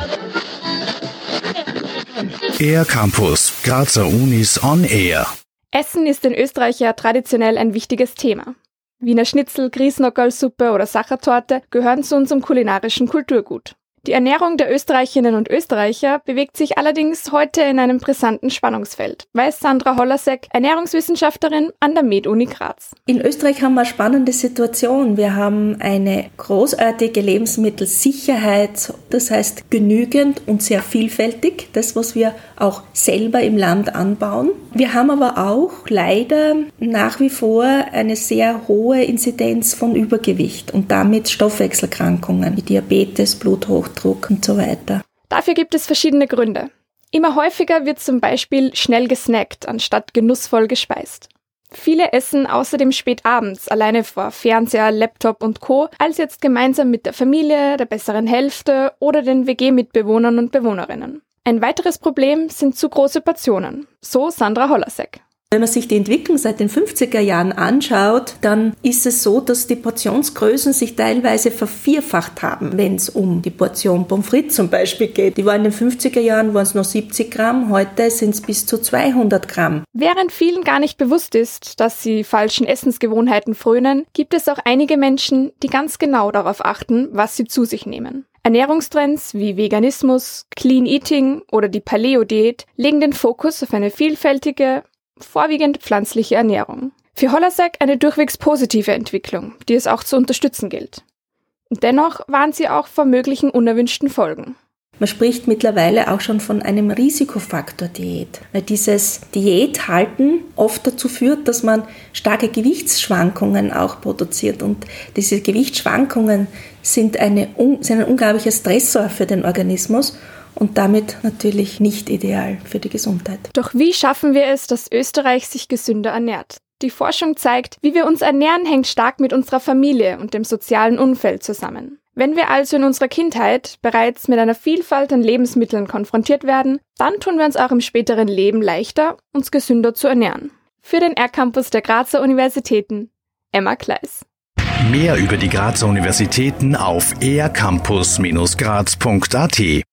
Air Campus, Grazer Unis on Air. Essen ist in Österreich ja traditionell ein wichtiges Thema. Wiener Schnitzel, Grießnockerlsuppe oder Sachertorte gehören zu unserem kulinarischen Kulturgut. Die Ernährung der Österreicherinnen und Österreicher bewegt sich allerdings heute in einem brisanten Spannungsfeld, weiß Sandra Hollasek, Ernährungswissenschaftlerin an der Med-Uni Graz. In Österreich haben wir eine spannende Situation. Wir haben eine großartige Lebensmittelsicherheit, das heißt genügend und sehr vielfältig, das, was wir auch selber im Land anbauen. Wir haben aber auch leider nach wie vor eine sehr hohe Inzidenz von Übergewicht und damit Stoffwechselkrankungen wie Diabetes, Bluthochdruck und so weiter. Dafür gibt es verschiedene Gründe. Immer häufiger wird zum Beispiel schnell gesnackt, anstatt genussvoll gespeist. Viele essen außerdem spät abends, alleine vor Fernseher, Laptop und Co., als jetzt gemeinsam mit der Familie, der besseren Hälfte oder den WG-Mitbewohnern und Bewohnerinnen. Ein weiteres Problem sind zu große Portionen, so Sandra Hollasek. Wenn man sich die Entwicklung seit den 50er Jahren anschaut, dann ist es so, dass die Portionsgrößen sich teilweise vervierfacht haben, wenn es um die Portion Pommes frites zum Beispiel geht. Die waren in den 50er Jahren waren es noch 70 Gramm, heute sind es bis zu 200 Gramm. Während vielen gar nicht bewusst ist, dass sie falschen Essensgewohnheiten frönen, gibt es auch einige Menschen, die ganz genau darauf achten, was sie zu sich nehmen. Ernährungstrends wie Veganismus, Clean Eating oder die Paleo-Diät legen den Fokus auf eine vielfältige, vorwiegend pflanzliche Ernährung. Für Hollasek eine durchwegs positive Entwicklung, die es auch zu unterstützen gilt. Und dennoch warnt sie auch vor möglichen unerwünschten Folgen. Man spricht mittlerweile auch schon von einem Risikofaktor Diät, weil dieses Diäthalten oft dazu führt, dass man starke Gewichtsschwankungen auch produziert. Und diese Gewichtsschwankungen sind ein unglaublicher Stressor für den Organismus und damit natürlich nicht ideal für die Gesundheit. Doch wie schaffen wir es, dass Österreich sich gesünder ernährt? Die Forschung zeigt, wie wir uns ernähren, hängt stark mit unserer Familie und dem sozialen Umfeld zusammen. Wenn wir also in unserer Kindheit bereits mit einer Vielfalt an Lebensmitteln konfrontiert werden, dann tun wir uns auch im späteren Leben leichter, uns gesünder zu ernähren. Für den R-Campus der Grazer Universitäten, Emma Kleiss. Mehr über die Grazer Universitäten auf aircampus-graz.at